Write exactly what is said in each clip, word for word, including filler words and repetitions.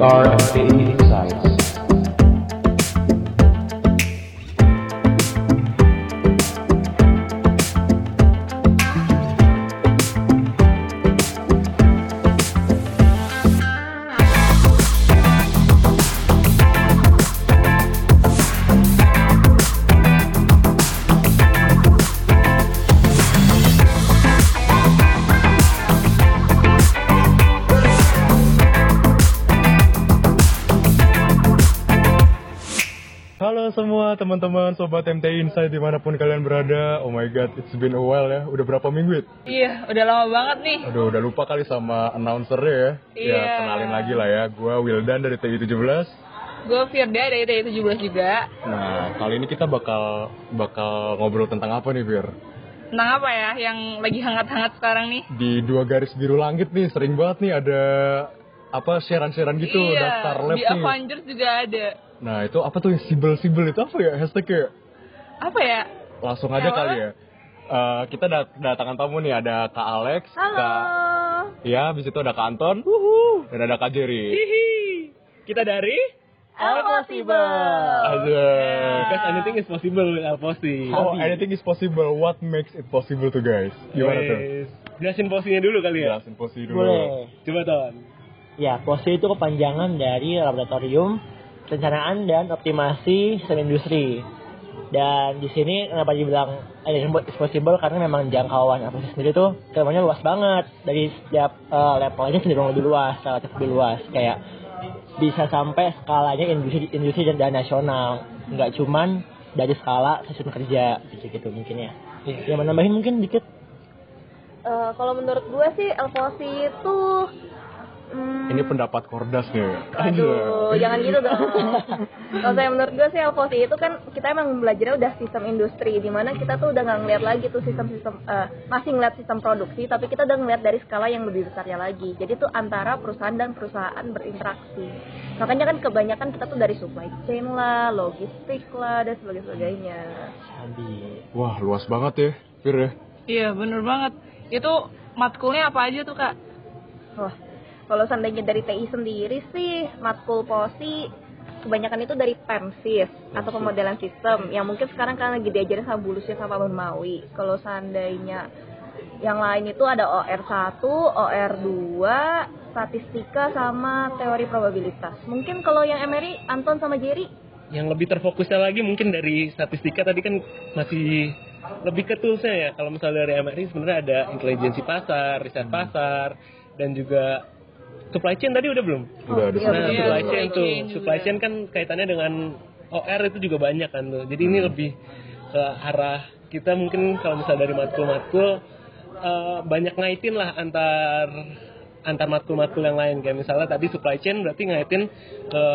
are M T I Insights. Halo semua teman-teman Sobat M T I Insight dimanapun kalian berada. Oh my god, it's been a while ya. Udah berapa minggu it? Iya, udah lama banget nih. Aduh, udah lupa kali sama announcernya ya. Iya. Ya, kenalin lagi lah ya. Gue Wildan dari T I tujuh belas. Gue Firda dari T I tujuh belas juga. Nah, kali ini kita bakal bakal ngobrol tentang apa nih, Fir? Tentang apa ya yang lagi hangat-hangat sekarang nih? Di dua garis biru langit nih, sering banget nih ada apa siaran-siaran gitu, iya, daftar lab di nih. Avengers juga ada. Nah, itu apa tuh sibel-sibel itu apa ya hashtagnya? Apa ya? Langsung aja Halo? kali ya. Eh, kita dat- datangan tamu nih, ada Kak Alex, Halo. Kak ya, habis itu ada Kak Anton, Wuhu. Dan ada Kak Jerry. Hihi. Kita dari All Possible. Aja. Because anything is possible with Alposi. Oh, anything is possible. What makes it possible tuh guys? Gimana tuh? Yes. Jelasin posinya dulu kali ya. Jelasin posisi dulu. Boleh. Coba Ton. Ya, POSI itu kepanjangan dari Laboratorium Perencanaan dan Optimasi Sistem Industri. Dan di sini kenapa dibilang anything is possible karena memang jangkauan aplikasi sendiri tuh skemanya luas banget. Dari setiap uh, levelnya cenderung lebih luas, relatif lebih luas. Kayak bisa sampai skalanya industri industri dan, dan nasional. Nggak cuman dari skala stasiun kerja gitu-gitu mungkin ya. Iya. Yang menambahin mungkin dikit. Uh, kalau menurut gue sih Elfosi itu hmm, Ini pendapat Kordas nih. aduh jangan gitu dong. Kalau saya menurut gue sih Elfosi itu kan kita emang belajarnya udah sistem industri, dimana kita tuh udah nggak ngeliat lagi tuh sistem-sistem uh, masih ngeliat sistem produksi, tapi kita udah ngeliat dari skala yang lebih besarnya lagi. Jadi tuh antara perusahaan dan perusahaan berinteraksi. Makanya kan kebanyakan kita tuh dari supply chain lah, logistik lah, dan sebagainya. Wah, luas banget ya, Fir ya. Iya, bener banget. Itu matkulnya apa aja tuh, Kak? Wah, kalau seandainya dari T I sendiri sih, matkul POSI kebanyakan itu dari PEMSIS atau pemodelan sistem yang mungkin sekarang kan lagi diajarin sama Bulusnya sama Bang Mawi. Kalau seandainya yang lain itu ada O R satu, O R dua, statistika sama teori probabilitas. Mungkin kalau yang M R I, Anton sama Jerry? Yang lebih terfokusnya lagi mungkin dari statistika tadi kan masih lebih ke toolsnya ya. Kalau misalnya dari M R I sebenarnya ada intelijensi pasar, riset pasar, dan juga supply chain tadi udah belum? Udah ada. iya, Nah, betul. supply Iya, chain supply tuh, chain juga. supply chain kan kaitannya dengan O R itu juga banyak kan tuh. Jadi ini lebih ke arah kita mungkin kalau misalnya dari matkul-matkul eh, banyak ngaitin lah antar antar matkul-matkul yang lain. Kayak misalnya tadi supply chain berarti ngaitin ke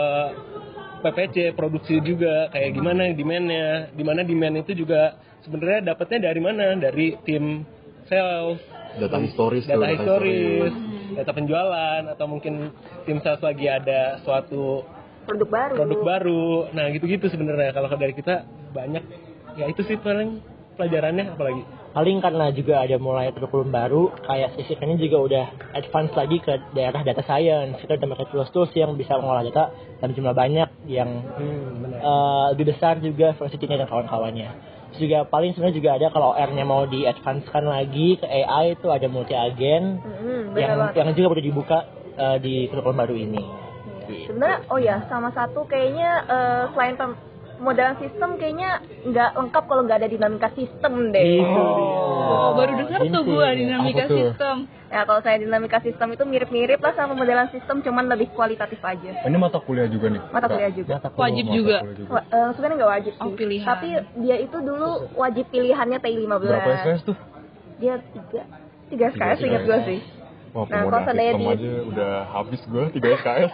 P P C, produksi juga kayak gimana demand-nya, di mana demand itu juga sebenarnya dapatnya dari mana? Dari tim sales, Data historis tuh, data data historis, data penjualan, atau mungkin tim sales lagi ada suatu Produk baru. produk baru. Nah, gitu-gitu sebenarnya. Kalau dari kita banyak ya itu sih paling pelajarannya apalagi. Paling karena juga ada mulai kurikulum baru, kayak sisanya juga udah advance lagi ke daerah data science. Kita udah pakai tools-tools yang bisa mengolah data dalam jumlah banyak, yang Hmm, uh, lebih besar juga velocity-nya dan kawan-kawannya. Terus juga paling sebenarnya juga ada kalau O R-nya mau di-advance-kan lagi ke A I itu ada multi-agen, Hmm, bener yang banget. yang juga udah dibuka uh, di kurikulum baru ini. Sebenarnya, oh ya, sama satu kayaknya eh, selain pem- pemodelan sistem kayaknya nggak lengkap kalau nggak ada dinamika sistem deh. Itu Oh, baru dengar tuh Inti. gue dinamika Apa tuh? sistem. Ya kalau saya dinamika sistem itu mirip-mirip lah sama pemodelan sistem, cuman lebih kualitatif aja. Ini mata kuliah juga nih. Mata kuliah juga. Mata kuliah. Wajib Mata juga. kuliah juga. Wah, eh, sebenarnya nggak wajib sih. Oh, pilihan. Tapi dia itu dulu wajib pilihannya T I lima belas. Berapa S K S tuh? Dia tiga, tiga S K S Tiga ingat S K S. gue sih. Wah, Nah, pemodelan kalau seandainya sistem di- aja udah habis gue tiga S K S.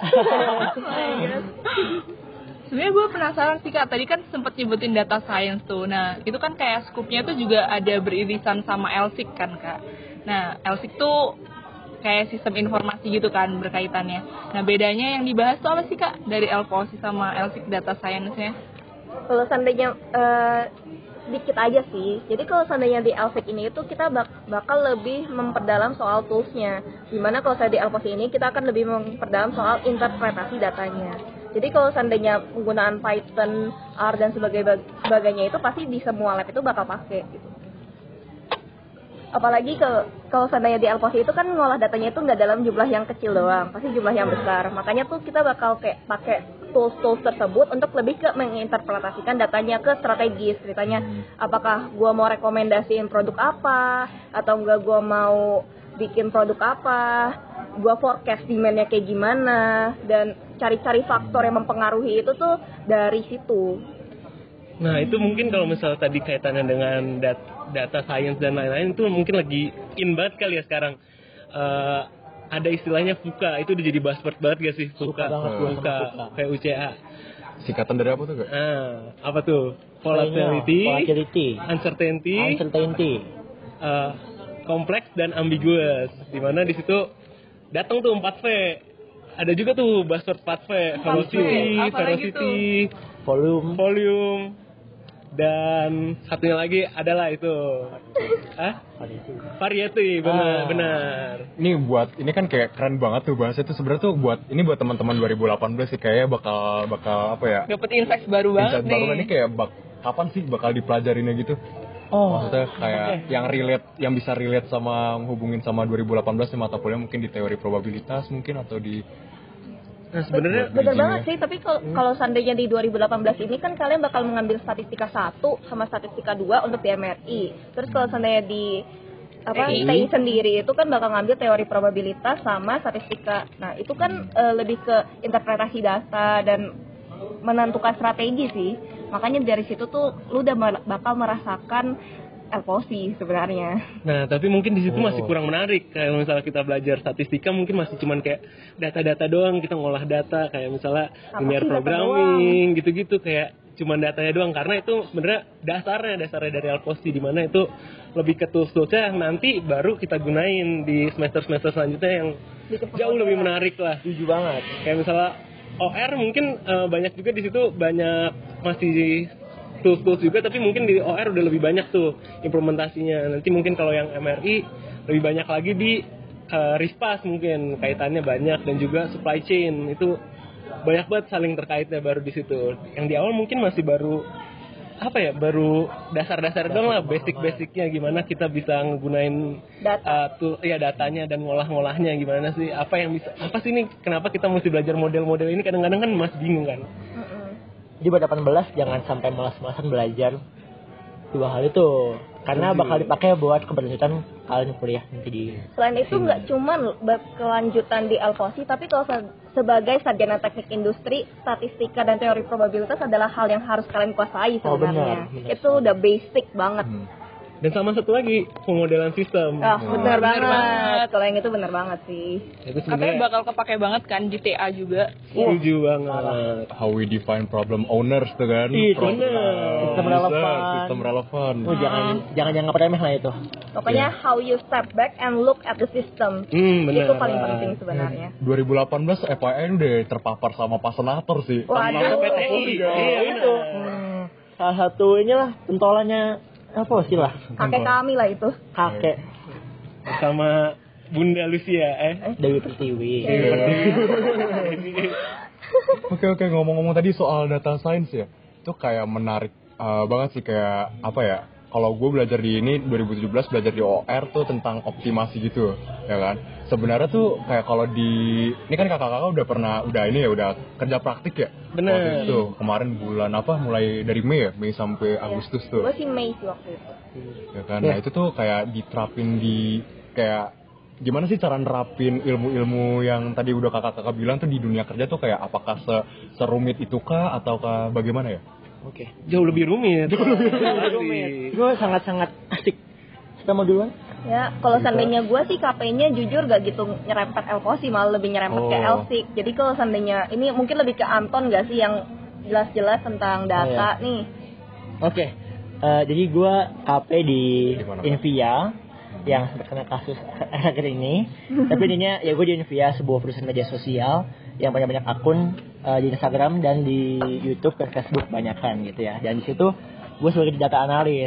Sebenarnya gue penasaran sih Kak, tadi kan sempat nyebutin data science tuh. Nah, itu kan kayak skupnya tuh juga ada beririsan sama L S I C kan Kak. Nah, L S I C tuh kayak sistem informasi gitu kan berkaitannya. Nah, bedanya yang dibahas tuh apa sih Kak dari L P O S I sama L S I C data science-nya? Kalau seandainya eh, dikit aja sih. Jadi kalau seandainya di Elfiq ini itu kita bak- bakal lebih memperdalam soal toolsnya. Dimana kalau saya di Elpos ini kita akan lebih memperdalam soal interpretasi datanya. Jadi kalau seandainya penggunaan Python, R dan sebagai- sebagainya itu pasti di semua lab itu bakal pakai gitu. Apalagi ke kalau seandainya di Elpos itu kan ngolah datanya itu nggak dalam jumlah yang kecil doang, pasti jumlah yang besar. Makanya tuh kita bakal kayak pakai tools-tools tersebut untuk lebih ke menginterpretasikan datanya ke strategis. Ceritanya apakah gua mau rekomendasiin produk apa atau enggak gua mau bikin produk apa, gua forecast demand-nya kayak gimana, dan cari-cari faktor yang mempengaruhi itu tuh dari situ. Nah itu mungkin kalau misal tadi kaitannya dengan dat- data science dan lain-lain itu mungkin lagi in banget kali ya sekarang. Uh, ada istilahnya VUCA, itu udah jadi buzzword banget gak sih? VUCA, VUCA, V U C A. Singkatan dari apa tuh Kak? Nah, apa tuh? Volatility, Volatility, uncertainty, uncertainty, uh, kompleks dan ambiguous. Dimana di situ datang tuh empat V. Ada juga tuh buzzword empat V, velocity, Apa lagi velocity, volume, volume, dan satunya lagi adalah itu, ah, variety, benar, Ah. benar. Ini buat ini kan kayak keren banget tuh bahasa itu sebenarnya tuh buat ini buat teman-teman dua ribu delapan belas sih kayaknya bakal bakal apa ya? Dapet insights baru Insight banget nih. baru ini kayak bak, kapan sih bakal dipelajarinnya gitu? oh, Maksudnya kayak yang relate, yang bisa relate sama menghubungin sama dua ribu delapan belas nih mata kuliah mungkin di teori probabilitas mungkin atau di Nah sebenarnya Bener Bridging banget ya. sih, tapi kalau kalau seandainya di dua ribu delapan belas ini kan kalian bakal mengambil statistika satu sama statistika dua untuk di M R I. Terus kalau seandainya di apa T I. T I sendiri itu kan bakal ngambil teori probabilitas sama statistika. Nah, itu kan eh, lebih ke interpretasi data dan menentukan strategi sih. Makanya dari situ tuh lu udah mer- bakal merasakan L P O S I sebenarnya. Nah, tapi mungkin di situ Oh. masih kurang menarik. Kayak misalnya kita belajar statistika mungkin masih cuman kayak data-data doang, kita ngolah data kayak misalnya Apa linear sih data programming gitu-gitu kayak cuman datanya doang, karena itu sebenarnya dasarnya dasarnya dari L P O S I, di mana itu lebih ke tools-toolsnya yang nanti baru kita gunain di semester-semester selanjutnya yang Bikin jauh lebih menarik lah. setuju banget. Kayak misalnya O R mungkin eh, banyak juga di situ, banyak masih tools-tools juga, tapi mungkin di O R udah lebih banyak tuh implementasinya. Nanti mungkin kalau yang M R I lebih banyak lagi di uh, RISPAS mungkin kaitannya banyak, dan juga supply chain itu banyak banget saling terkaitnya baru di situ. Yang di awal mungkin masih baru apa ya, baru dasar-dasar doang lah, basic-basicnya gimana kita bisa ngegunain Data. uh, tuh ya datanya dan ngolah-ngolahnya gimana sih, apa yang bisa, apa sih ini, kenapa kita mesti belajar model-model ini, kadang-kadang kan masih bingung kan. Mm-mm. Jadi buat delapan belas jangan sampai malas-malasan belajar dua hal itu, karena bakal dipakai buat keberlanjutan kalian kuliah nanti di. Selain itu nggak cuman berkelanjutan di L P O S I, tapi kalau se- sebagai sarjana teknik industri, statistika dan teori probabilitas adalah hal yang harus kalian kuasai Oh, sebenarnya. benar, benar. Itu udah basic banget. Hmm. Dan sama satu lagi, pemodelan sistem. Ah, benar Benar banget. banget. Kalau yang itu benar banget sih. Itu Katanya sebenarnya bakal kepake banget kan di T A juga. setuju banget. how we define problem owners tuh kan. Itu Problem sistem user, relevan. Sistem relevan. Oh, jangan jangan jangan remeh lah itu. Pokoknya how you step back and look at the system. Hmm, benar. Itu paling penting sebenarnya. dua ribu delapan belas F Y I udah terpapar sama pasenator sih. Waduh. P T I. Iya. Iya, itu. benar. Salah satu inilah pentolannya apa sih lah, Kakek kami lah itu. kakek Sama Bunda Lucia eh. Dewi Pertiwi. Oke oke ngomong-ngomong tadi soal data science ya, itu kayak menarik uh, banget sih, kayak apa ya? Kalau gue belajar di ini dua ribu tujuh belas belajar di O R tuh tentang optimasi gitu, ya kan? Sebenarnya tuh kayak kalau di ini kan kakak-kakak udah pernah udah ini ya udah kerja praktik ya. Bener. Waktu itu kemarin bulan apa? Mulai dari Mei ya, Mei sampai Agustus tuh, Gue sih Mei sih waktu itu. ya kan? Nah itu tuh kayak diterapin di kayak gimana sih cara nerapin ilmu-ilmu yang tadi udah kakak-kakak bilang tuh di dunia kerja tuh kayak apakah se serumit itukah ataukah bagaimana ya? Oke. Jauh lebih rumit. Jauh lebih Rumit. Gue sangat-sangat asik. Kita mau duluan? Ya, kalau seandainya gue sih K P-nya jujur gak gitu nyerempet L P O S I, malah lebih nyerempet ke Oh. L S I K. Jadi kalau seandainya ini mungkin lebih ke Anton gak sih yang jelas-jelas tentang data nih. Oke. Eh, jadi gue K P di Di mana, Pak? Invia yang sempat kena kasus akhir ini. Tapi intinya ya gue di Invia, sebuah perusahaan media sosial yang banyak-banyak akun eh, di Instagram dan di YouTube dan Facebook banyakan gitu ya. Dan di situ gue sebagai data analis.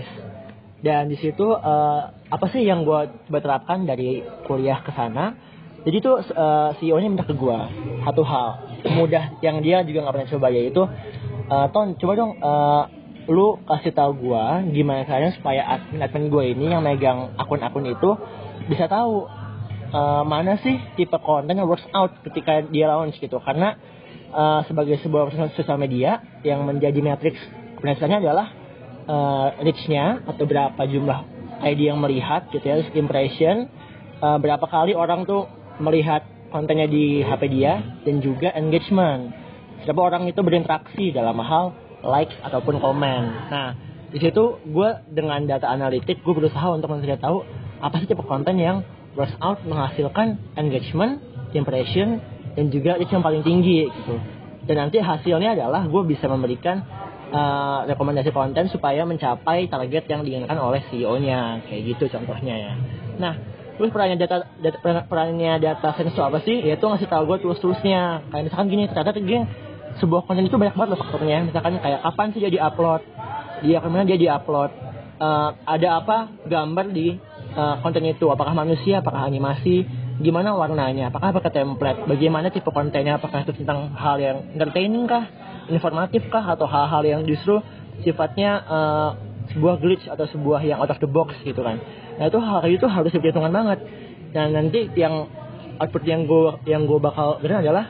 Dan di situ uh, apa sih yang gue coba terapkan dari kuliah ke sana? Jadi tuh uh, C E O-nya minta ke gue satu hal mudah yang dia juga nggak pernah coba, yaitu uh, Ton, coba dong uh, lu kasih tahu gue gimana caranya supaya admin-admin gue ini yang megang akun-akun itu bisa tahu uh, mana sih tipe konten yang works out ketika dia launch gitu. Karena uh, sebagai sebuah sosial media yang menjadi matriks keberhasilannya adalah Uh, reach-nya atau berapa jumlah I D yang melihat gitu ya, impression, uh, berapa kali orang tuh melihat kontennya di H P dia, dan juga engagement, berapa orang itu berinteraksi dalam hal like ataupun komen. Nah di situ gue dengan data analitik gue berusaha untuk mencari tahu apa sih tipe konten yang works out menghasilkan engagement, impression, dan juga reach yang paling tinggi gitu. Dan nanti hasilnya adalah gue bisa memberikan Uh, rekomendasi konten supaya mencapai target yang diinginkan oleh C E O-nya, kayak gitu contohnya ya. Nah, terus perannya data, data perannya data science itu apa sih? Yaitu ngasih tahu gue tools-toolsnya. Kayak misalkan gini, ternyata geng, sebuah konten itu banyak banget loh faktornya. Misalkan kayak kapan sih dia di-upload, dia kemana dia di-upload, uh, ada apa gambar di uh, konten itu, apakah manusia, apakah animasi, gimana warnanya, apakah pakai template, bagaimana tipe kontennya, apakah itu tentang hal yang entertaining kah, informatif kah, atau hal-hal yang justru sifatnya uh, sebuah glitch atau sebuah yang out of the box gitu kan. Nah itu hal itu harus diperhitungkan banget. Dan nanti yang output yang gue yang gue bakal berikan adalah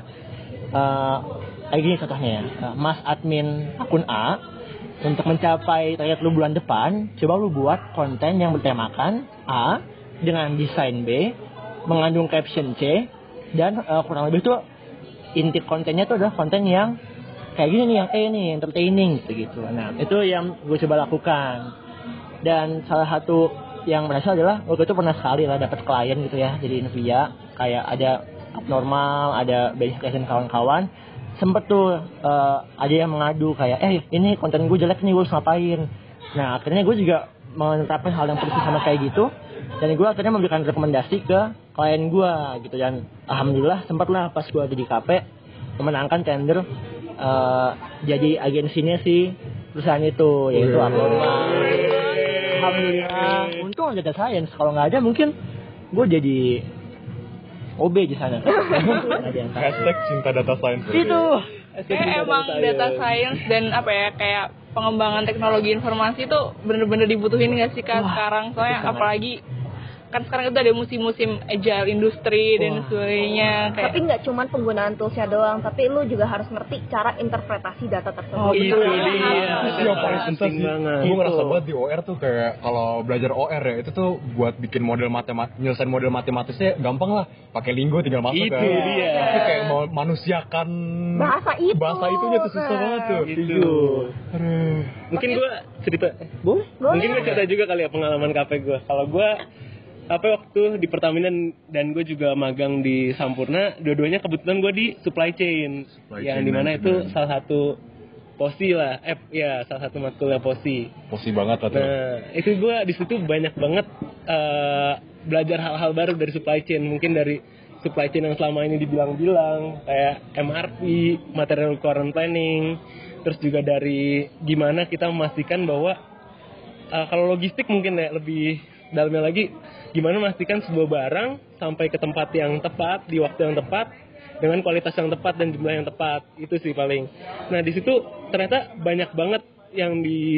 uh, kayak gini contohnya ya, uh, Mas admin akun A, untuk mencapai target lu bulan depan, coba lu buat konten yang bertemakan A dengan desain B, mengandung caption C, dan uh, kurang lebih tuh inti kontennya tuh adalah konten yang kayak gini nih, yang E nih, entertaining gitu. Nah itu yang gue coba lakukan. Dan salah satu yang berhasil adalah waktu itu pernah sekali lah dapat klien gitu ya, jadi Nvidia, kayak ada abnormal, ada basic dan kawan-kawan, sempet tuh uh, ada yang mengadu kayak eh ini konten gue jelek nih, gue harus ngapain. Nah akhirnya gue juga menerapkan hal yang persis sama kayak gitu, dan gue akhirnya memberikan rekomendasi ke klien gue gitu. Dan alhamdulillah sempat lah pas gue ada di K P memenangkan tender uh, jadi agensinya si perusahaan itu, yaitu Abnormal. Alhamdulillah, untung ada data science, kalau nggak ada mungkin gue jadi O B di sana. Hashtag cinta data science. Itu. Kayak emang data science dan apa ya, kayak pengembangan teknologi informasi itu bener-bener dibutuhin nggak sih kan sekarang, soalnya sangat. apalagi kan sekarang itu ada musim-musim agile industri dan sebagainya. Kayak Tapi nggak cuma penggunaan toolsnya doang, tapi lu juga harus ngerti cara interpretasi data tersebut. Oh, itu betul. dia. Itu yang paling susah Penting sih. banget. Gue ngerasa banget di O R tuh kayak kalau belajar O R ya, itu tuh buat bikin model matematik, nyelesain model matematisnya gampang lah. Pakai linggo tinggal masuk Itu kan. dia. Tapi kayak mau manusiakan Bahasa itu. bahasa itunya tuh susah Nah. banget tuh. Itu. Aduh. Mungkin gue cerita, Boleh? Boleh. mungkin gue cerita juga kali ya pengalaman K P gue. Kalau gue apa waktu di Pertamina dan gue juga magang di Sampurna, dua-duanya kebetulan gue di supply chain, Supply yang chain dimana itu management. salah satu posi lah, eh ya salah satu matkulnya posi. Posi banget lah tuh. Nah itu gue di situ banyak banget uh, belajar hal-hal baru dari supply chain, mungkin dari supply chain yang selama ini dibilang-bilang kayak M R P, material requirement planning, terus juga dari gimana kita memastikan bahwa uh, kalau logistik mungkin ya lebih dalamnya lagi, gimana memastikan sebuah barang sampai ke tempat yang tepat di waktu yang tepat dengan kualitas yang tepat dan jumlah yang tepat. Itu sih paling. Nah di situ ternyata banyak banget yang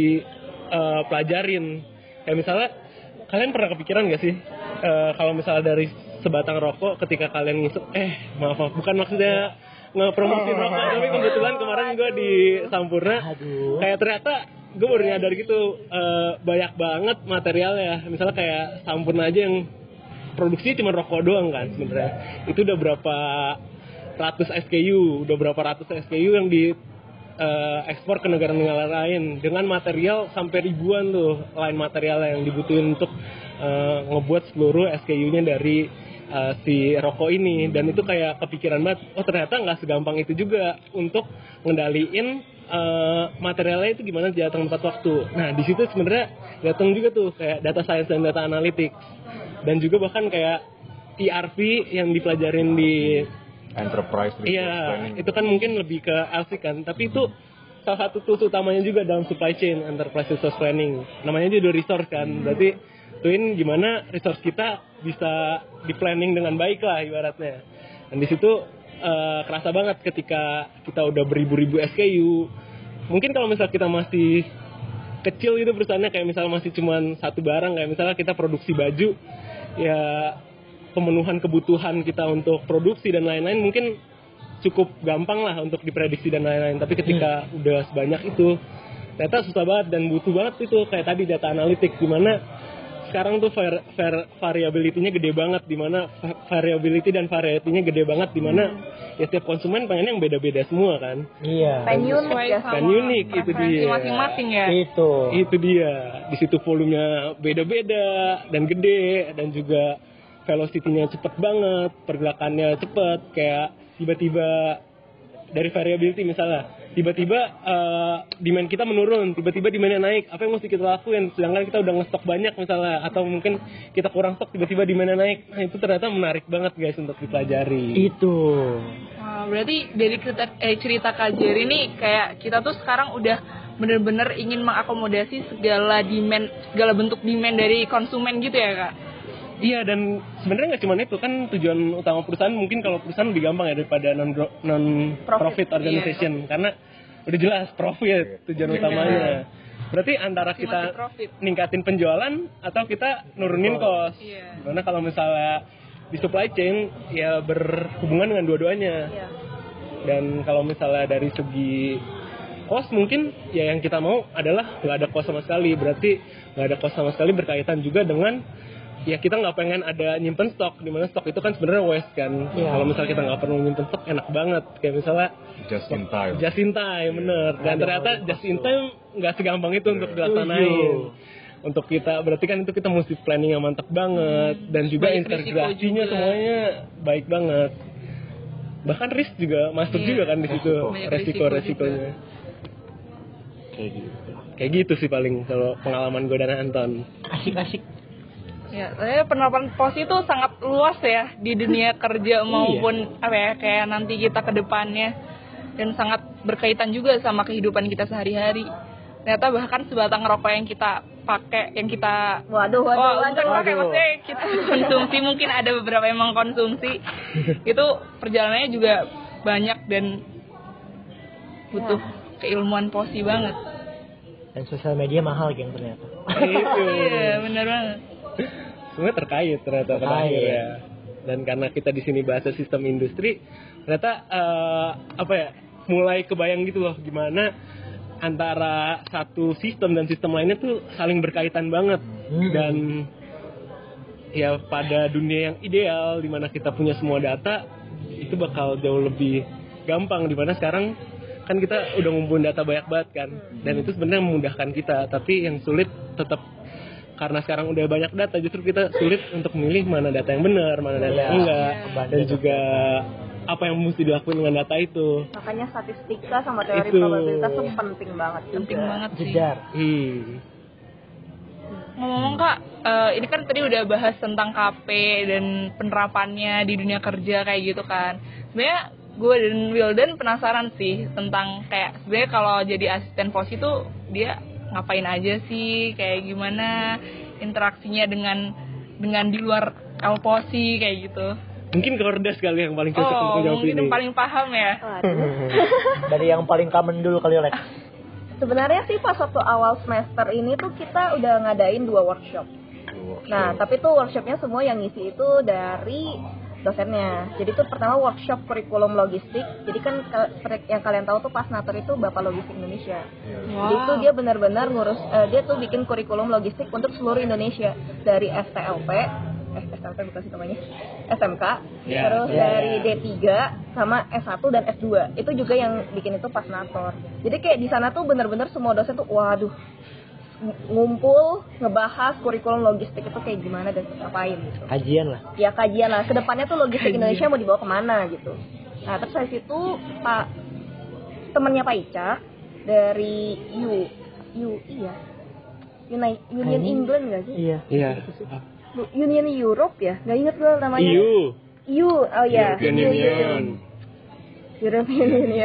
dipelajarin. Kayak misalnya kalian pernah kepikiran nggak sih uh, kalau misalnya dari sebatang rokok ketika kalian ngisep, eh maaf, maaf bukan maksudnya ngepromosi rokok, tapi kebetulan kemarin gue di Sampurna, Aduh. kayak ternyata gue baru nyadar gitu, uh, banyak banget materialnya. Misalnya kayak Sampurna aja yang produksinya cuma rokok doang kan sebenarnya, itu udah berapa ratus S K U, udah berapa ratus S K U yang di uh, ekspor ke negara-negara lain dengan material sampai ribuan tuh lain material yang dibutuhin untuk uh, ngebuat seluruh S K U-nya dari uh, si rokok ini. Dan itu kayak kepikiran banget, oh ternyata nggak segampang itu juga untuk ngendaliin uh, materialnya itu gimana datang tepat waktu. Nah di situ sebenarnya datang juga tuh kayak data science dan data analytics, dan juga bahkan kayak E R P yang dipelajarin di Enterprise resource iya, planning. itu kan mungkin lebih ke L C kan, tapi itu salah satu tools utamanya juga dalam supply chain enterprise resource planning. Namanya juga resource kan. Berarti tuin gimana resource kita bisa di planning dengan baik lah ibaratnya. Dan di situ uh, kerasa banget ketika kita udah beribu-ribu S K U. Mungkin kalau misalnya kita masih kecil gitu perusahaannya, kayak misalnya masih cuman satu barang, kayak misalnya kita produksi baju, ya pemenuhan kebutuhan kita untuk produksi dan lain-lain mungkin cukup gampang lah untuk diprediksi dan lain-lain. Tapi ketika hmm. udah sebanyak itu, ternyata susah banget dan butuh banget itu kayak tadi data analitik, dimana sekarang tuh var, var, variability-nya gede banget, dimana variability dan variety-nya gede banget, dimana hmm. ya setiap konsumen pengen yang beda-beda semua kan. Iya. Pen unik ya. Pen unik itu dia. Masing-masing ya. Itu. Itu dia. Di situ volumenya beda-beda dan gede, dan juga velocity-nya cepet banget, pergerakannya cepet, kayak tiba-tiba dari variability misalnya, tiba-tiba uh, demand kita menurun, tiba-tiba demandnya naik, apa yang mesti kita lakuin? Sedangkan kita udah ngestok banyak misalnya, atau mungkin kita kurang stok, tiba-tiba demandnya naik. Nah itu ternyata menarik banget guys untuk dipelajari. Itu. Wah, berarti dari cerita, eh, cerita Kak Jerry ini kayak kita tuh sekarang udah bener-bener ingin mengakomodasi segala demand, segala bentuk demand dari konsumen gitu ya Kak? Iya, dan sebenarnya nggak cuma itu kan tujuan utama perusahaan. Mungkin kalau perusahaan lebih gampang ya daripada non non profit organization, yeah. Karena udah jelas profit tujuan yeah. utamanya. Berarti antara kita ningkatin penjualan atau kita nurunin cost. Yeah. Karena kalau misalnya di supply chain ya berhubungan dengan dua-duanya. Yeah. Dan kalau misalnya dari segi cost mungkin ya yang kita mau adalah nggak ada cost sama sekali. Berarti nggak ada cost sama sekali berkaitan juga dengan ya kita nggak pengen ada nyimpen stok, dimana stok itu kan sebenarnya waste kan. Yeah. Kalau misalnya kita nggak perlu nyimpen stok enak banget, kayak misalnya just in time. Just in time, bener. Dan ternyata just in time nggak segampang itu yeah. untuk dilaksanain. Untuk kita berarti kan itu kita mesti planning yang mantap banget, dan juga baik integrasinya juga. Semuanya baik banget. Bahkan risk juga masuk yeah. juga kan di situ, resiko-resikonya. Kayak gitu. Kayak gitu sih paling kalau pengalaman gue dan Anton. Asik-asik. Ya, saya penerapan P O S itu sangat luas ya di dunia kerja maupun apa ya kayak nanti kita ke depannya, dan sangat berkaitan juga sama kehidupan kita sehari-hari. Ternyata bahkan sebatang rokok yang kita pakai, yang kita waduh waduh oh, waduh, bukan pakai, maksudnya kita konsumsi, mungkin ada beberapa emang konsumsi itu perjalanannya juga banyak dan butuh ya. keilmuan P O S I banget. Dan sosial media mahal yang ternyata. Iya, benar banget. Semuanya terkait ternyata pada akhirnya. Dan karena kita di sini bahasa sistem industri, ternyata uh, apa ya, mulai kebayang gitu loh gimana antara satu sistem dan sistem lainnya tuh saling berkaitan banget. Hmm. Dan ya pada dunia yang ideal di mana kita punya semua data, itu bakal jauh lebih gampang, di mana sekarang kan kita udah ngumpulin data banyak banget kan. Dan itu sebenarnya memudahkan kita, tapi yang sulit tetap karena sekarang udah banyak data, justru kita sulit untuk memilih mana data yang benar, mana data yang enggak, ya. Dan juga apa yang mesti dilakukan dengan data itu. Makanya statistika sama teori itu. Probabilitas itu penting banget. Penting banget sih. Jedar. Hmm. Ngomong-ngomong Kak, uh, ini kan tadi udah bahas tentang K P dan penerapannya di dunia kerja kayak gitu kan. Sebenarnya gue dan Wildan penasaran sih tentang kayak sebenarnya kalau jadi asisten P O S I itu dia ngapain aja sih, kayak gimana interaksinya dengan dengan di luar L P O S I kayak gitu. Mungkin Korda sekali yang paling cocok oh, untuk jawab ini. Oh, mungkin paling paham ya. Dari yang paling common dulu kali Lex. Sebenarnya sih pas waktu awal semester ini tuh kita udah ngadain dua workshop. workshop. Nah, tapi tuh workshopnya semua yang ngisi itu dari dosennya. Jadi itu pertama workshop kurikulum logistik. Jadi kan yang kalian tahu tuh Pasnator itu Bapak Logistik Indonesia. Wow. Jadi itu dia benar-benar ngurus, uh, dia tuh bikin kurikulum logistik untuk seluruh Indonesia dari S T L P, eh S T L P bukan sih namanya, S M K, yeah. terus yeah. dari D tiga sama S satu dan S dua. Itu juga yang bikin itu Pasnator. Jadi kayak di sana tuh benar-benar semua dosen tuh, waduh, ngumpul ngebahas kurikulum logistik itu kayak gimana dan ngapain gitu. Kajian lah. Ya kajian lah. Kedepannya tuh logistik kajian. Indonesia mau dibawa kemana gitu. Nah terus dari situ Pak temannya Pak Ica dari U U iya United Union hmm. England nggak sih? Iya. Iya. Union Europe ya? Nggak ingat gue namanya. E U. E U oh ya. European Union. European Union.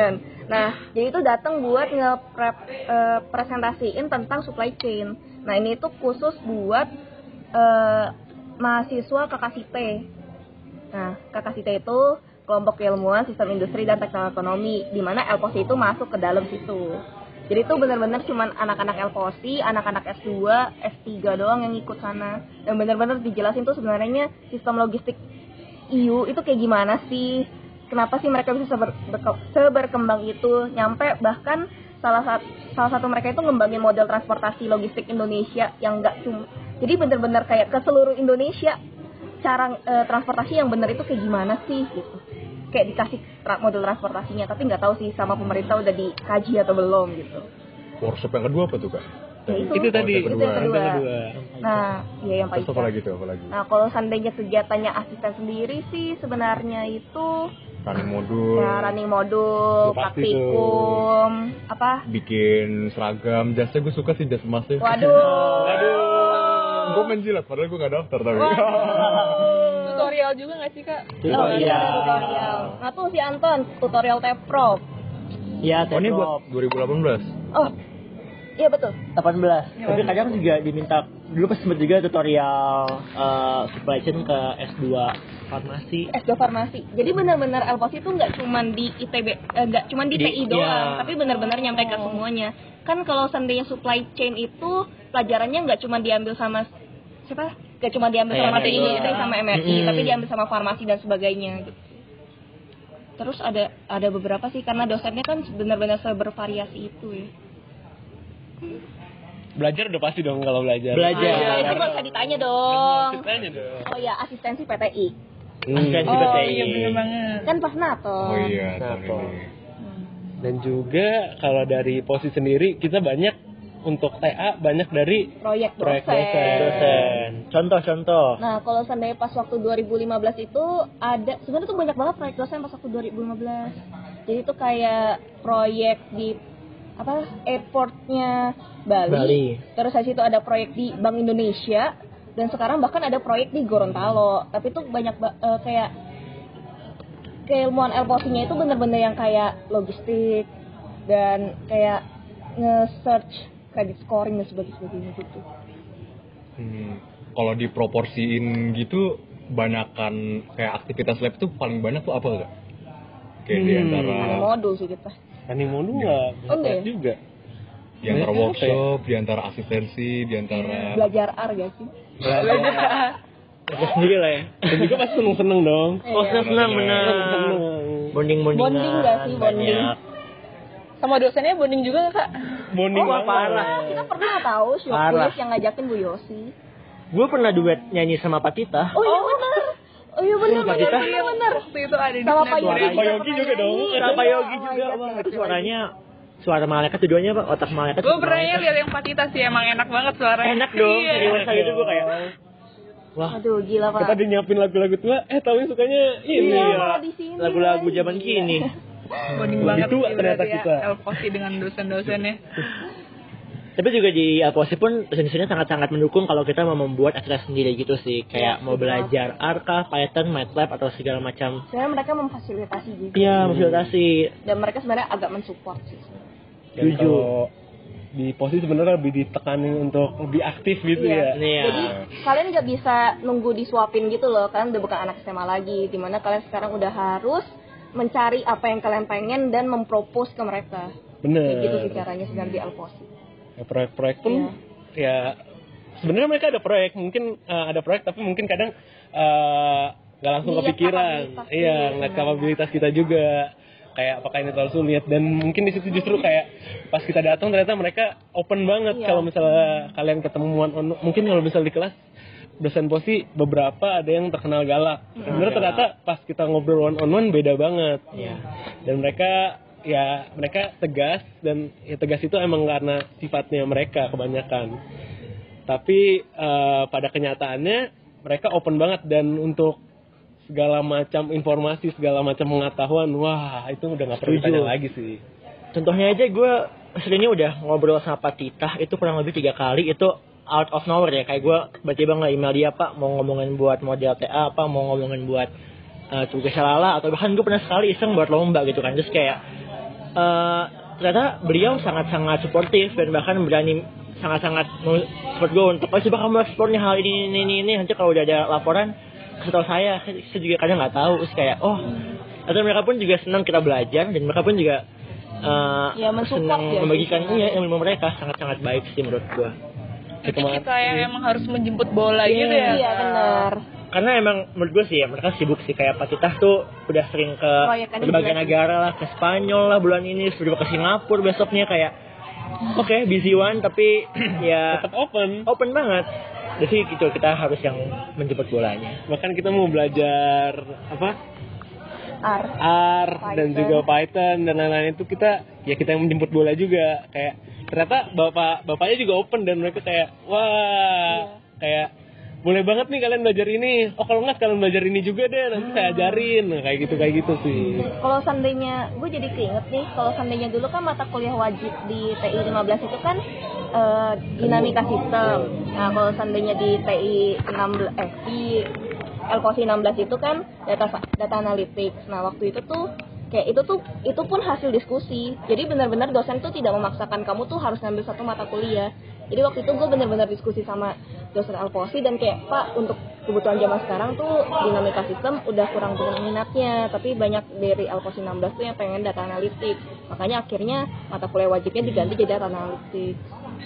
Nah, jadi itu datang buat nge-prep eh, presentasiin tentang supply chain. Nah, ini tuh khusus buat eh, mahasiswa K K S I T. Nah, K K S I T itu kelompok ilmuwan sistem industri dan teknologi ekonomi, di mana L P O S I itu masuk ke dalam situ. Jadi itu benar-benar cuman anak-anak L P O S I, anak-anak S dua, S tiga doang yang ikut sana. Dan benar-benar dijelasin tuh sebenarnya sistem logistik E U itu kayak gimana sih? Kenapa sih mereka bisa seber, berke, seberkembang itu? Nyampe bahkan salah satu salah satu mereka itu ngembangin model transportasi logistik Indonesia yang enggak cuma, jadi benar-benar kayak ke seluruh Indonesia cara e, transportasi yang benar itu kayak gimana sih gitu. Kayak dikasih tra- model transportasinya, tapi nggak tahu sih sama pemerintah udah dikaji atau belum gitu. Workshop yang kedua apa tuh kak? Ya, itu. Itu tadi. Itu Itu yang kedua. Yang kedua. Nah, ya yang Terus paling. apa lagi tuh? Apa lagi? Nah, kalau seandainya kegiatannya asisten sendiri sih sebenarnya itu Running modul. ya running modul, Udah pasti praktikum, apa? Bikin seragam. Jasnya gue suka sih jas emasnya. Waduh. Waduh. Gue main jilat, padahal gue gak daftar tapi. Tutorial juga nggak sih kak? Oh iya, Iya. tutorial. Nah tuh si Anton, tutorial T-Prop. Iya, Oh ini T-Prop. buat dua ribu delapan belas. Oh, iya betul. delapan belas. Tapi kadang juga diminta, dulu pas sempet juga tutorial eh, supply chain ke S dua farmasi. S dua farmasi. Jadi benar-benar L P O S itu nggak cuma di I T B, eh, nggak cuma di, Di- T I doang, iya. tapi benar-benar nyampe ke semuanya. Kan kalau seandainya supply chain itu pelajarannya nggak cuma diambil sama siapa? Nggak cuma diambil Kayak sama M R I, industri ya. sama M R I, Mm-mm. tapi diambil sama farmasi dan sebagainya. Gitu. Terus ada ada beberapa sih karena dosennya kan benar-benar sebervariasi itu ya. Belajar udah pasti dong kalau belajar. Belajar. Ah, itu nggak usah ditanya dong. Ceritanya dong. Oh ya, asistensi P T I. Asistensi Oh P T I. iya bener banget. Kan pas NATO. Oh iya, tahun Kenapa? ini. Dan juga kalau dari posisi sendiri kita banyak untuk T A banyak dari Proyek dosen. Proyek dosen. Dosen. Contoh-contoh. Nah, kalau seandainya pas waktu dua ribu lima belas itu ada, sebenarnya tuh banyak banget proyek dosen pas waktu dua ribu lima belas. Jadi itu kayak proyek di apa airportnya Bali. Bali. Terus habis itu ada proyek di Bank Indonesia dan sekarang bahkan ada proyek di Gorontalo. Tapi itu banyak ba- eh, kayak keilmuan L P O S-nya itu bener-bener yang kayak logistik dan kayak nge-search credit scoring dan sebagainya gitu. Hmm, kalau diproporsiin gitu, banyakan kayak aktivitas lab tuh paling banyak tuh apa kak? Kayak di Hmm. antara Ada modul sih kita. running modul nggak Oh, enggak ya? juga. di antara Banyak apa workshop, di antara asistensi, di antara Belajar R gak sih? Aku sendiri lah ya. Dan juga pasti seneng-seneng dong. Oh, Iya. senang-senang bener. Seneng. Bonding-bondingan. Bonding nggak sih, bonding? Banyak. Sama dosennya bonding juga nggak, kak? Bonding Oh, banget. parah. Kita pernah tahu Syok Parah. Kulis yang ngajakin Bu Yosi. Gue pernah duet nyanyi sama Pak Tita. Oh iya benar. Oh iya benar Pak benar Tita. benar benar. Waktu itu ada di Sama Pak Snapgram. Yogi. Pak Yogi juga dong. Sama Pak Yogi juga, Bang. Itu suaranya suara malaikat keduanya, Pak. Otak malaikat. Gue pernah lihat yang Patita sih, emang enak banget suaranya. Enak dong. Iya. Serius gitu gue kayak wah, Aduh gila Pak. Kita udah nyiapin lagu-lagu tua, eh tahu sukanya ini Iya, ya. malah di sini lagu-lagu lagi. zaman kini. Bonding Lebih banget tua sih ternyata berarti kita. ya, L P O S I dengan dosen-dosennya. Tapi juga di L P O S I pun dosen-dosennya sangat-sangat mendukung kalau kita mau membuat acara sendiri gitu sih. Kayak mau belajar R, Python, MATLAB atau segala macam. Sebenarnya mereka memfasilitasi juga. Iya, fasilitasi. Dan mereka sebenarnya agak mensupport sih. Dan Setuju. kalau di posisi sebenarnya lebih ditekanin untuk lebih aktif gitu Iya. ya. Iya. Jadi kalian nggak bisa nunggu disuapin gitu loh, kalian udah bukan anak S M A lagi, dimana kalian sekarang udah harus mencari apa yang kalian pengen dan mempropose ke mereka. Bener. Kayak gitu sih caranya sebenarnya di L P O S I. Ya, proyek-proyek pun Iya. ya sebenarnya mereka ada proyek, mungkin uh, ada proyek tapi mungkin kadang uh, nggak langsung Lihat kepikiran. kapabilitas Iya, dulu ngeliat sebenarnya. kapabilitas kita juga. Kayak apakah ini terlalu sulit, dan mungkin di situ justru kayak pas kita datang ternyata mereka open banget. Iya. Kalau misalnya kalian ketemuan on, mungkin kalau misalnya di kelas dosen posi beberapa ada yang terkenal galak. Sebenarnya ternyata pas kita ngobrol one on one beda banget. Iya. Dan mereka ya mereka tegas, dan ya tegas itu emang karena sifatnya mereka kebanyakan. Tapi eh, pada kenyataannya mereka open banget, dan untuk segala macam informasi, segala macam pengetahuan, wah itu udah nggak perlu Setuju. ditanya lagi sih. Contohnya aja gue seringnya udah ngobrol sama Pak Tita itu kurang lebih tiga kali, itu out of nowhere ya, kayak gue tiba-tiba nge-email dia, Pak mau ngomongin buat model T A apa, mau ngomongin buat uh, tugas lala, atau bahkan gue pernah sekali iseng buat lomba gitu kan. Terus kayak uh, ternyata beliau sangat-sangat suportif dan bahkan berani sangat-sangat support gue untuk oh coba kamu ekspornya hal ini ini ini, ini. Nanti kalau udah ada laporan kasih tahu saya. Saya juga kadang nggak tahu terus kayak oh atau mereka pun juga senang kita belajar dan mereka pun juga uh, Ya, mensupport senang ya, membagikan sih. iya ilmu mereka sangat-sangat baik sih menurut gue. Itu kita yang emang harus menjemput bola gitu ya. Iya benar. Karena emang menurut gue sih ya mereka sibuk sih kayak Pak Titah tuh udah sering ke Proyekannya berbagai juga. negara lah, ke Spanyol lah bulan ini, sudah ke Singapura besoknya kayak oke okay, busy one tapi ya Tetap open. open banget. Jadi gitu kita harus yang menjemput bolanya. Bahkan kita mau belajar apa? R. R dan Python. juga Python dan lain-lain itu kita ya kita yang menjemput bola juga kayak ternyata bapak bapaknya juga open dan mereka kayak wah kayak boleh banget nih kalian belajar ini, oh kalau nggak kalian belajar ini juga deh nanti saya ajarin. Nah, kayak gitu kayak gitu sih. Kalau seandainya, gue jadi keinget nih, kalau seandainya dulu kan mata kuliah wajib di T I lima belas itu kan eh, dinamika sistem. Nah, kalau seandainya di T I enam belas eh di L K O S I enam belas itu kan data data analytics. Nah, waktu itu tuh kayak itu tuh itu pun hasil diskusi. Jadi benar-benar dosen tuh tidak memaksakan kamu tuh harus ngambil satu mata kuliah. Jadi waktu itu gue benar-benar diskusi sama dosen L K O S I dan kayak Pak untuk kebutuhan zaman sekarang tuh dinamika sistem udah kurang minatnya, tapi banyak dari L K O S I enam belas tuh yang pengen data analitik. Makanya akhirnya mata kuliah wajibnya diganti jadi data analitik.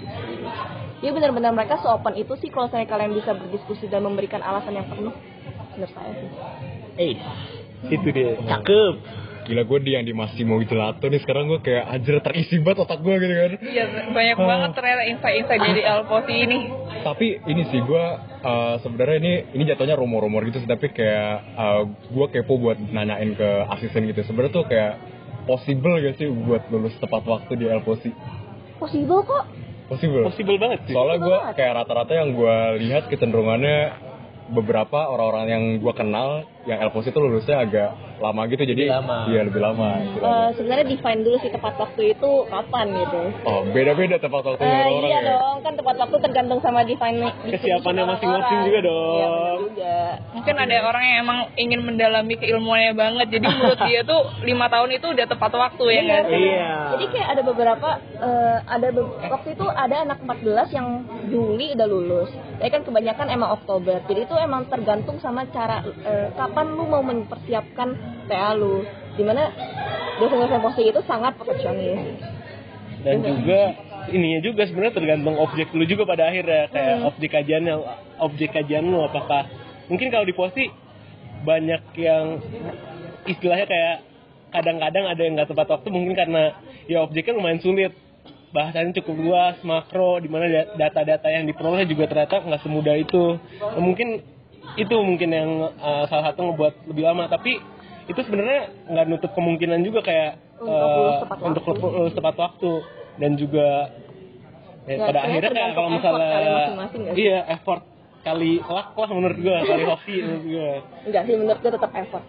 Jadi benar-benar mereka se-open itu sih kalau saya kalian bisa berdiskusi dan memberikan alasan yang penuh. Menurut saya sih. Eh, Itu dia. cakep. Gila gue di yang di Massimo Gelato nih sekarang gue kayak anjir terisi banget otak gue gitu kan. Iya, banyak banget ternyata insight-insight dari L K O S I ini. Tapi ini sih gue uh, sebenarnya ini ini jatuhnya rumor-rumor gitu sih, tapi kayak uh, gue kepo buat nanyain ke asisten gitu. Sebenarnya tuh kayak possible gak sih buat lulus tepat waktu di L K O S I? Possible kok. Possible. Possible banget sih. Soalnya gue banget. kayak rata-rata yang gue lihat kecenderungannya beberapa orang-orang yang gue kenal yang L K O S I itu lulusnya agak lama gitu, jadi Lebih lama. iya lebih lama. istilahnya. Eh, sebenarnya define dulu sih tepat waktu itu kapan gitu. Oh beda-beda tepat waktunya Eh, orang iya ya. dong, kan tepat waktu tergantung sama define Kesiapannya masing-masing juga dong. Iya, benar juga. Mungkin ada orang yang emang ingin mendalami keilmuannya banget, jadi menurut dia tuh lima tahun itu udah tepat waktu ya kan? Iya. Jadi kayak ada beberapa eh, ada be- waktu itu ada anak empat belas yang Juli udah lulus. Tapi kan kebanyakan emang Oktober. Jadi itu emang tergantung sama cara eh, kapan lu mau mempersiapkan T A lu. Dimana dosen-dosen posting itu sangat perfeksionis. Dan juga ininya juga sebenarnya tergantung objek lu juga pada akhirnya kayak Hmm. objek kajiannya objek kajian lu apakah mungkin kalau di posi banyak yang istilahnya kayak kadang-kadang ada yang nggak tepat waktu mungkin karena ya objeknya lumayan sulit, bahasanya cukup luas, makro, di mana da- data-data yang diperoleh juga ternyata nggak semudah itu. Nah, mungkin itu mungkin yang uh, salah satu ngebuat lebih lama, tapi itu sebenarnya nggak nutup kemungkinan juga kayak Untuk uh, lulus tepat untuk waktu. lulus tepat waktu dan juga ya, Ya, pada sebenarnya akhirnya kayak tergantung kalau effort misalnya kalian masing-masing nggak sih? iya effort kali luck lah menurut gua, kali hoki menurut gua. Enggak sih, menurut gue tetap effort.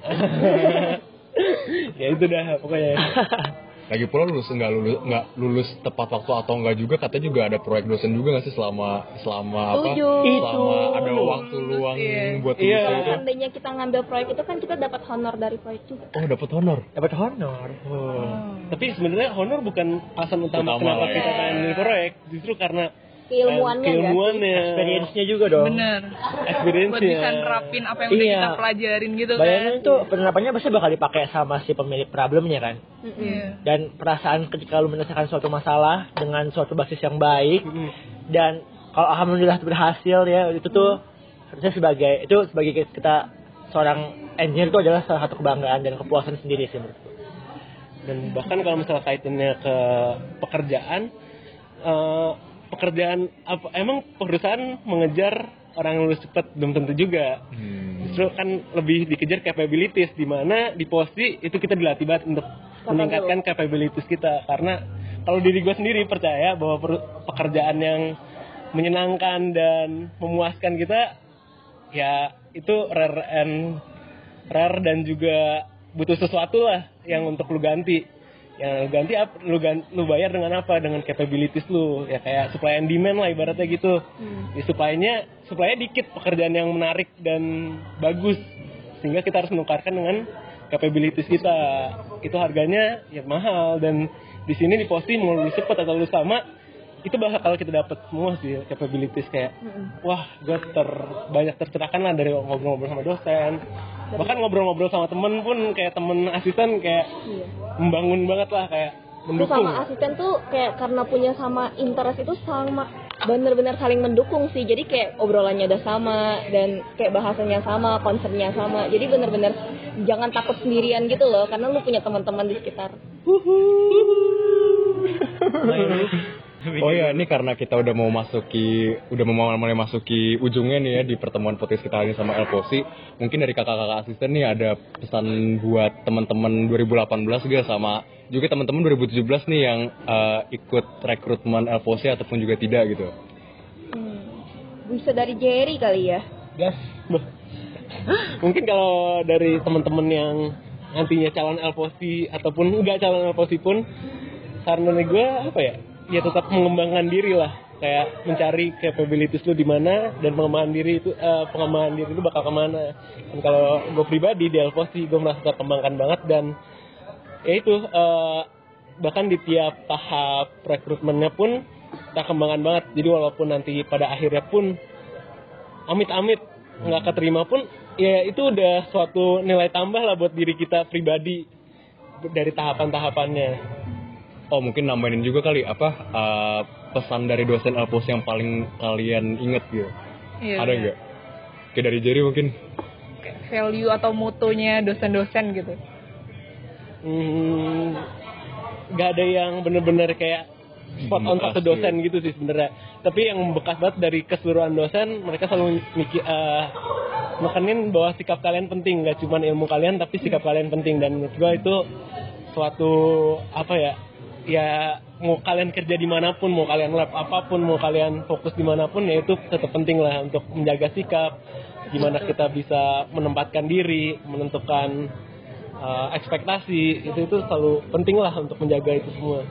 Ya itu dah pokoknya. Lagi pula lulus nggak lulus nggak lulus tepat waktu atau enggak juga, katanya juga ada proyek dosen juga nggak sih selama selama apa Setuju. selama ada waktu luang buat lulus Iya. Kalau itu. seandainya kita ngambil proyek itu kan kita dapat honor dari proyek juga. Oh dapat honor. Dapat honor. Oh. Tapi sebenarnya honor bukan alasan utama, Utama kenapa lah ya. kita pengen proyek, justru karena Keilmuannya eh, nggak sih? keilmuannya, Experience-nya juga dong. Bener. experience-nya. Buat bisa nerapin apa yang udah Iya. kita pelajarin gitu kan. Bayangin itu penerapannya pasti bakal dipakai sama si pemilik problemnya kan. Iya. Dan perasaan ketika lu menyelesaikan suatu masalah dengan suatu basis yang baik Mm. dan kalau alhamdulillah berhasil ya itu tuh harusnya sebagai itu sebagai kita seorang engineer itu adalah salah satu kebanggaan dan kepuasan sendiri sih menurutku. Dan bahkan kalau misalnya kaitannya ke pekerjaan, eh, pekerjaan apa emang perusahaan mengejar orang yang lulus cepat belum tentu juga. Hmm. Justru kan lebih dikejar capabilities, di mana di posi itu kita dilatih banget untuk meningkatkan capabilities kita. Karena kalau diri gue sendiri percaya bahwa per- pekerjaan yang menyenangkan dan memuaskan kita ya itu rare and rare dan juga butuh sesuatu lah yang untuk lu ganti. Yang lu ganti apa? Lu, gan- lu bayar dengan apa? Dengan capabilities lu. Ya kayak supply and demand lah ibaratnya gitu. Hmm. Di supply-nya, supply-nya dikit, pekerjaan yang menarik dan bagus. sehingga kita harus menukarkan dengan capabilities kita. Itu harganya ya mahal, dan di sini di Posi mau lu cepat atau lu sama, itu bakal kita dapat semua sih capabilities kayak wah gue ter banyak tercerahkan lah dari ngobrol-ngobrol sama dosen, bahkan ngobrol-ngobrol sama temen pun kayak temen asisten kayak Iya. membangun banget lah, kayak Terus mendukung. sama asisten tuh kayak karena punya sama interest itu sama bener-bener saling mendukung sih, jadi kayak obrolannya udah sama dan kayak bahasanya sama, concernnya sama, jadi bener-bener jangan takut sendirian gitu loh, karena lu punya teman-teman di sekitar. Oh ya, ini karena kita udah mau masuki, udah mau mulai masuki ujungnya nih ya di pertemuan podcast kita ini sama Elposi. Mungkin dari kakak-kakak asisten nih ada pesan buat teman-teman dua ribu delapan belas juga, sama juga teman-teman dua ribu tujuh belas nih yang uh, ikut rekrutmen Elposi ataupun juga tidak gitu. Hmm. Bisa dari Jerry kali ya. Gas. Mungkin kalau dari teman-teman yang nantinya calon Elposi ataupun enggak calon Elposi pun, saran dari gue apa ya? Ya tetap mengembangkan diri lah, kayak mencari capabilities lu di mana, dan pengembangan diri itu uh, pengembangan diri itu bakal kemana. Dan kalau gue pribadi di Elposi gue merasa terkembangkan banget, dan ya itu uh, bahkan di tiap tahap rekrutmennya pun terkembangkan banget. Jadi walaupun nanti pada akhirnya pun amit-amit nggak keterima pun, ya itu udah suatu nilai tambah lah buat diri kita pribadi dari tahapan-tahapannya. Oh mungkin nambahin juga kali apa uh, pesan dari dosen Elposi yang paling kalian inget gitu. Iya, Ada iya. nggak? Kayak dari Jerry mungkin. Kayak value atau motonya dosen-dosen gitu. Hmm, gak ada yang bener-bener kayak spot on satu dosen gitu sih sebenarnya. Tapi yang bekas banget dari keseluruhan dosen, mereka selalu mikir uh, nekenin bahwa sikap kalian penting, gak cuma ilmu kalian tapi sikap kalian penting. Dan menurut gue itu suatu apa ya, ya mau kalian kerja dimanapun, mau kalian lab apapun, mau kalian fokus dimanapun, ya itu tetap penting lah untuk menjaga sikap, gimana kita bisa menempatkan diri, menentukan uh, ekspektasi, itu itu selalu penting lah untuk menjaga itu semua.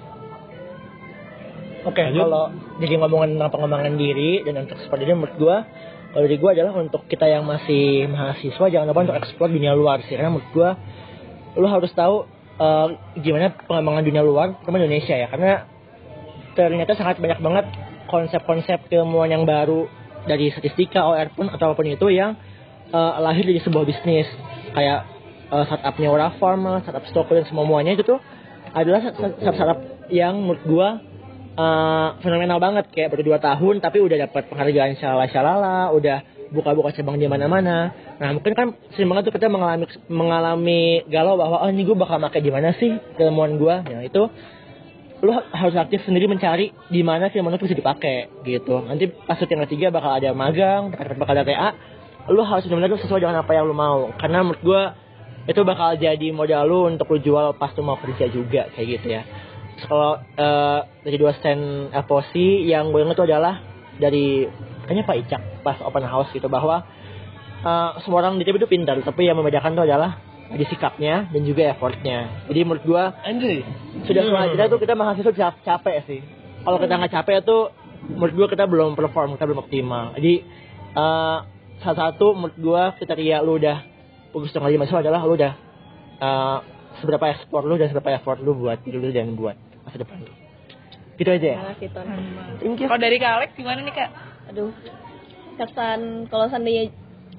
Oke, kalau jadi ngomongin tentang pengembangan diri dan untuk seperti ini, menurut gue, kalau dari gue adalah untuk kita yang masih mahasiswa jangan lupa untuk eksplor dunia luar sih, karena menurut gue lu harus tahu Uh, gimana pengembangan dunia luar terutama Indonesia ya, karena ternyata sangat banyak banget konsep-konsep keilmuan yang baru dari statistika, O R pun atau apapun itu yang uh, lahir dari sebuah bisnis kayak uh, startup Neuraform, startup Stoko dan semuanya itu tuh adalah startup yang menurut gua uh, fenomenal banget, kayak baru dua tahun tapi udah dapat penghargaan shalala-shalala, udah buka-buka cabang di mana-mana. Nah mungkin kan sering banget tuh kita mengalami mengalami galau bahwa oh ini gue bakal pakai di mana sih keilmuan gue. Nah itu lu harus aktif sendiri mencari di mana keilmuan itu bisa dipakai gitu. Nanti pas yang ketiga bakal ada magang, bakal ada T A. Lu harus benar-benar sesuai dengan apa yang lu mau. Karena menurut gue itu bakal jadi modal lu untuk lu jual pas lu mau kerja juga kayak gitu ya. Kalau uh, dari dosen Elposi yang gue ingat itu adalah dari kayaknya Pak Icak pas open house gitu, bahwa uh, semua orang di T I P itu pintar, tapi yang membedakan itu adalah di sikapnya dan juga effortnya. Jadi menurut gua Anjay, sudah sewajarnya tuh kita mahasiswa cap- capek sih. Kalau kita nggak capek tuh menurut gua kita belum perform, kita belum optimal. Jadi uh, salah satu menurut gua kriteria lu udah bagus dengan lima mahasiswa adalah lu udah uh, seberapa ekspor lu dan seberapa effort lu buat diri lu dan buat masa depan lu. Gitu aja ya. Terima kasih Ton. Thank you. Kalau dari Kak Alex gimana nih Kak? Aduh, kesan kalau seandainya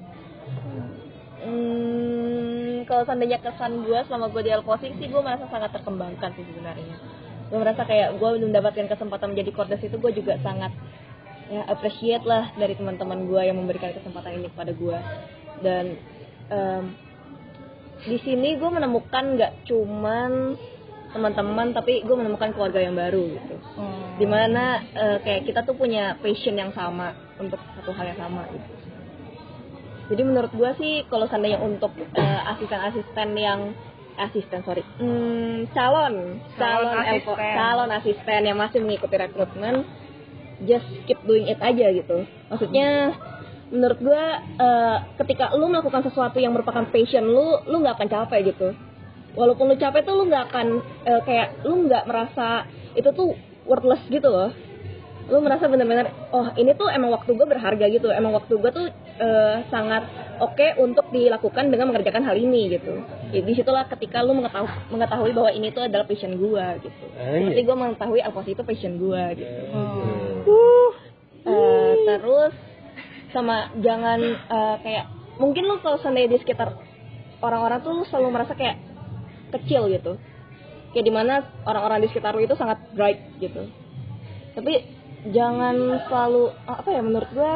hmm, kalau seandainya kesan gue selama gue di Elposi sih, gue merasa sangat terkembangkan sih sebenarnya. Gue merasa kayak gue mendapatkan kesempatan menjadi kordes itu, gue juga sangat ya appreciate lah dari teman-teman gue yang memberikan kesempatan ini kepada gue. Dan um, di sini gue menemukan nggak cuman teman-teman, tapi gue menemukan keluarga yang baru gitu. Hmm. Dimana uh, kayak kita tuh punya passion yang sama untuk satu hal yang sama gitu. Jadi menurut gue sih kalau seandainya untuk uh, asisten-asisten yang asisten sorry hmm, calon calon calon elko, asisten. calon asisten yang masih mengikuti rekrutmen, just keep doing it aja gitu. Maksudnya menurut gue uh, ketika lu melakukan sesuatu yang merupakan passion lu, lu nggak akan capek gitu. Walaupun lu capek tuh lu nggak akan uh, kayak lu nggak merasa itu tuh worthless gitu loh. lu merasa benar-benar oh ini tuh emang waktu gue berharga gitu, emang waktu gue tuh uh, sangat oke okay untuk dilakukan dengan mengerjakan hal ini gitu. Jadi disitulah ketika lu mengetahui, mengetahui bahwa ini tuh adalah passion gue gitu. Seperti gue mengetahui Alposi itu passion gue gitu. Uh, uh, terus sama jangan uh, kayak mungkin lu kalau seandainya di sekitar orang-orang tuh lu selalu merasa kayak kecil gitu. Kayak dimana orang-orang di sekitar lu itu sangat bright gitu. Tapi jangan selalu apa ya menurut gue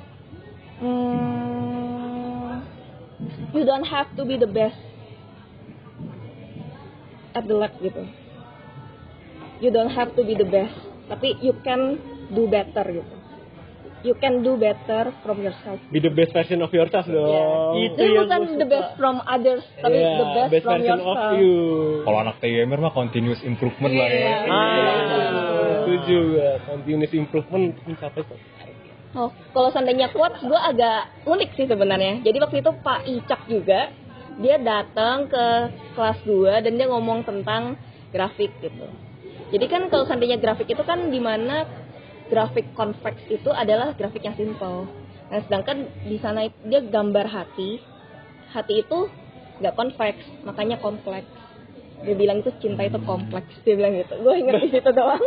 hmm, you don't have to be the best at the lab gitu, you don't have to be the best, tapi you can do better gitu, you can do better from yourself. Be the best version of yourself dong. Yeah. Itu Jadi yang bukan gua the suka. best from others, tapi Yeah, the best, best from version yourself. of you. Kalau anak T I M R mah continuous improvement lah ya. Iya. Ah. Setuju ya, continuous improvement untuk mencapai sesuatu. Oh, kalau seandainya quotes gue agak unik sih sebenarnya. Jadi waktu itu Pak Icak juga dia datang ke kelas gue dan dia ngomong tentang grafik gitu. Jadi kan kalau seandainya grafik itu kan dimana grafik convex itu adalah grafik yang simple. Nah, sedangkan di sana dia gambar hati. Hati itu nggak convex, makanya kompleks. Dia bilang itu cinta itu kompleks. Dia bilang gitu. Gue inget di situ doang.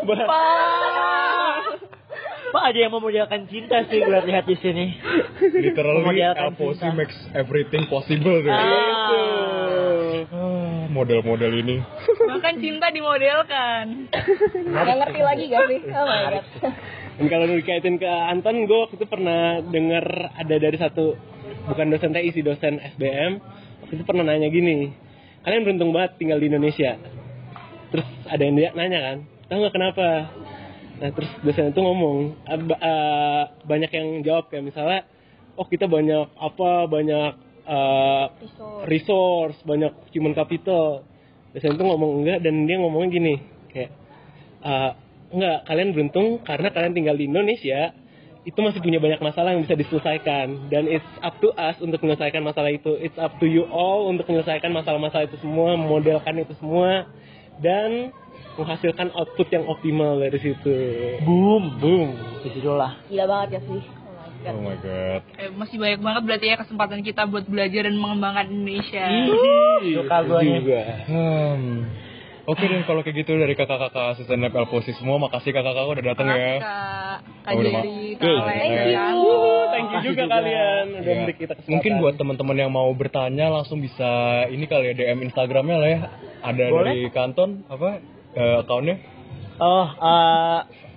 Pak ada yang memodelkan cinta sih gue lihat di sini. Literally Memodelkan Alposi cinta. makes everything possible deh. Ah. Ah, model-model ini. Bahkan cinta dimodelkan. Gak ngerti lagi gak sih? Oh my god. Dan kalau dikaitin ke Anton, gue waktu itu pernah dengar ada dari satu, bukan dosen T I sih, dosen S B M, waktu itu pernah nanya gini, kalian beruntung banget tinggal di Indonesia. Terus ada yang dia nanya kan, tahu nggak kenapa? Nah terus dosen itu ngomong, uh, banyak yang jawab kayak misalnya, oh kita banyak apa, banyak uh, Resource. resource, banyak human capital. Dosen itu ngomong enggak, dan dia ngomongnya gini, kayak, uh, enggak, kalian beruntung karena kalian tinggal di Indonesia, itu masih punya banyak masalah yang bisa diselesaikan. Dan it's up to us untuk menyelesaikan masalah itu. It's up to you all untuk menyelesaikan masalah-masalah itu semua, memodelkan itu semua, dan menghasilkan output yang optimal dari situ. Boom. Boom. Disitulah. Gila banget ya sih. Oh my god. Eh, masih banyak banget berarti ya kesempatan kita buat belajar dan mengembangkan Indonesia. Suka gue nih. Juga. Hmm. Oke deh kalau kayak gitu dari kakak-kakak asisten lab Alposi semua, makasih kakak-kakak udah datang Makasih ya. Kak, Kak Oh, udah Jerry, ma- Kak Good. Alex, Thank Kak you. Anu. Thank you Makasih juga juga. kalian udah Ya. memberi kita kesempatan. Mungkin buat teman-teman yang mau bertanya langsung bisa ini kali ya D M Instagramnya lah ya. Ada Boleh. dari Kanton apa eh, akunnya? Oh, uh,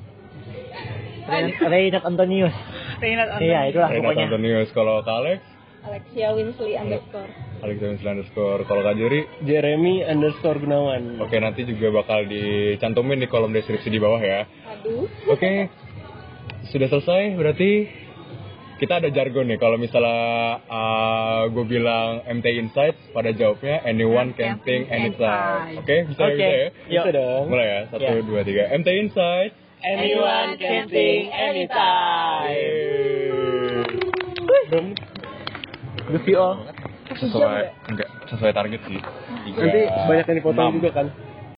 Reynat Antonius. Reynat Antoni. Iya, itulah Renat pokoknya. Antonius. Kalau Kak Alex, Alexia Winsley underscore. Alex Winsley underscore. Kalau Kak Jerry, Jeremy underscore Gunawan. oke nanti juga bakal dicantumin di kolom deskripsi di bawah ya. Aduh. Oke, sudah selesai berarti kita ada jargon nih. Kalau misalnya uh, gue bilang M T I Insights, pada jawabnya anyone can think anytime. Oke, bisa Oke. bisa ya? Yuk. Bisa dong. Mulai ya, satu, Ya. dua, tiga. M T I Insights. Anyone can think anytime. Belum Love you all. sesuai enggak sesuai target sih. Tiga, Nanti banyak yang dipotong enam. juga kan.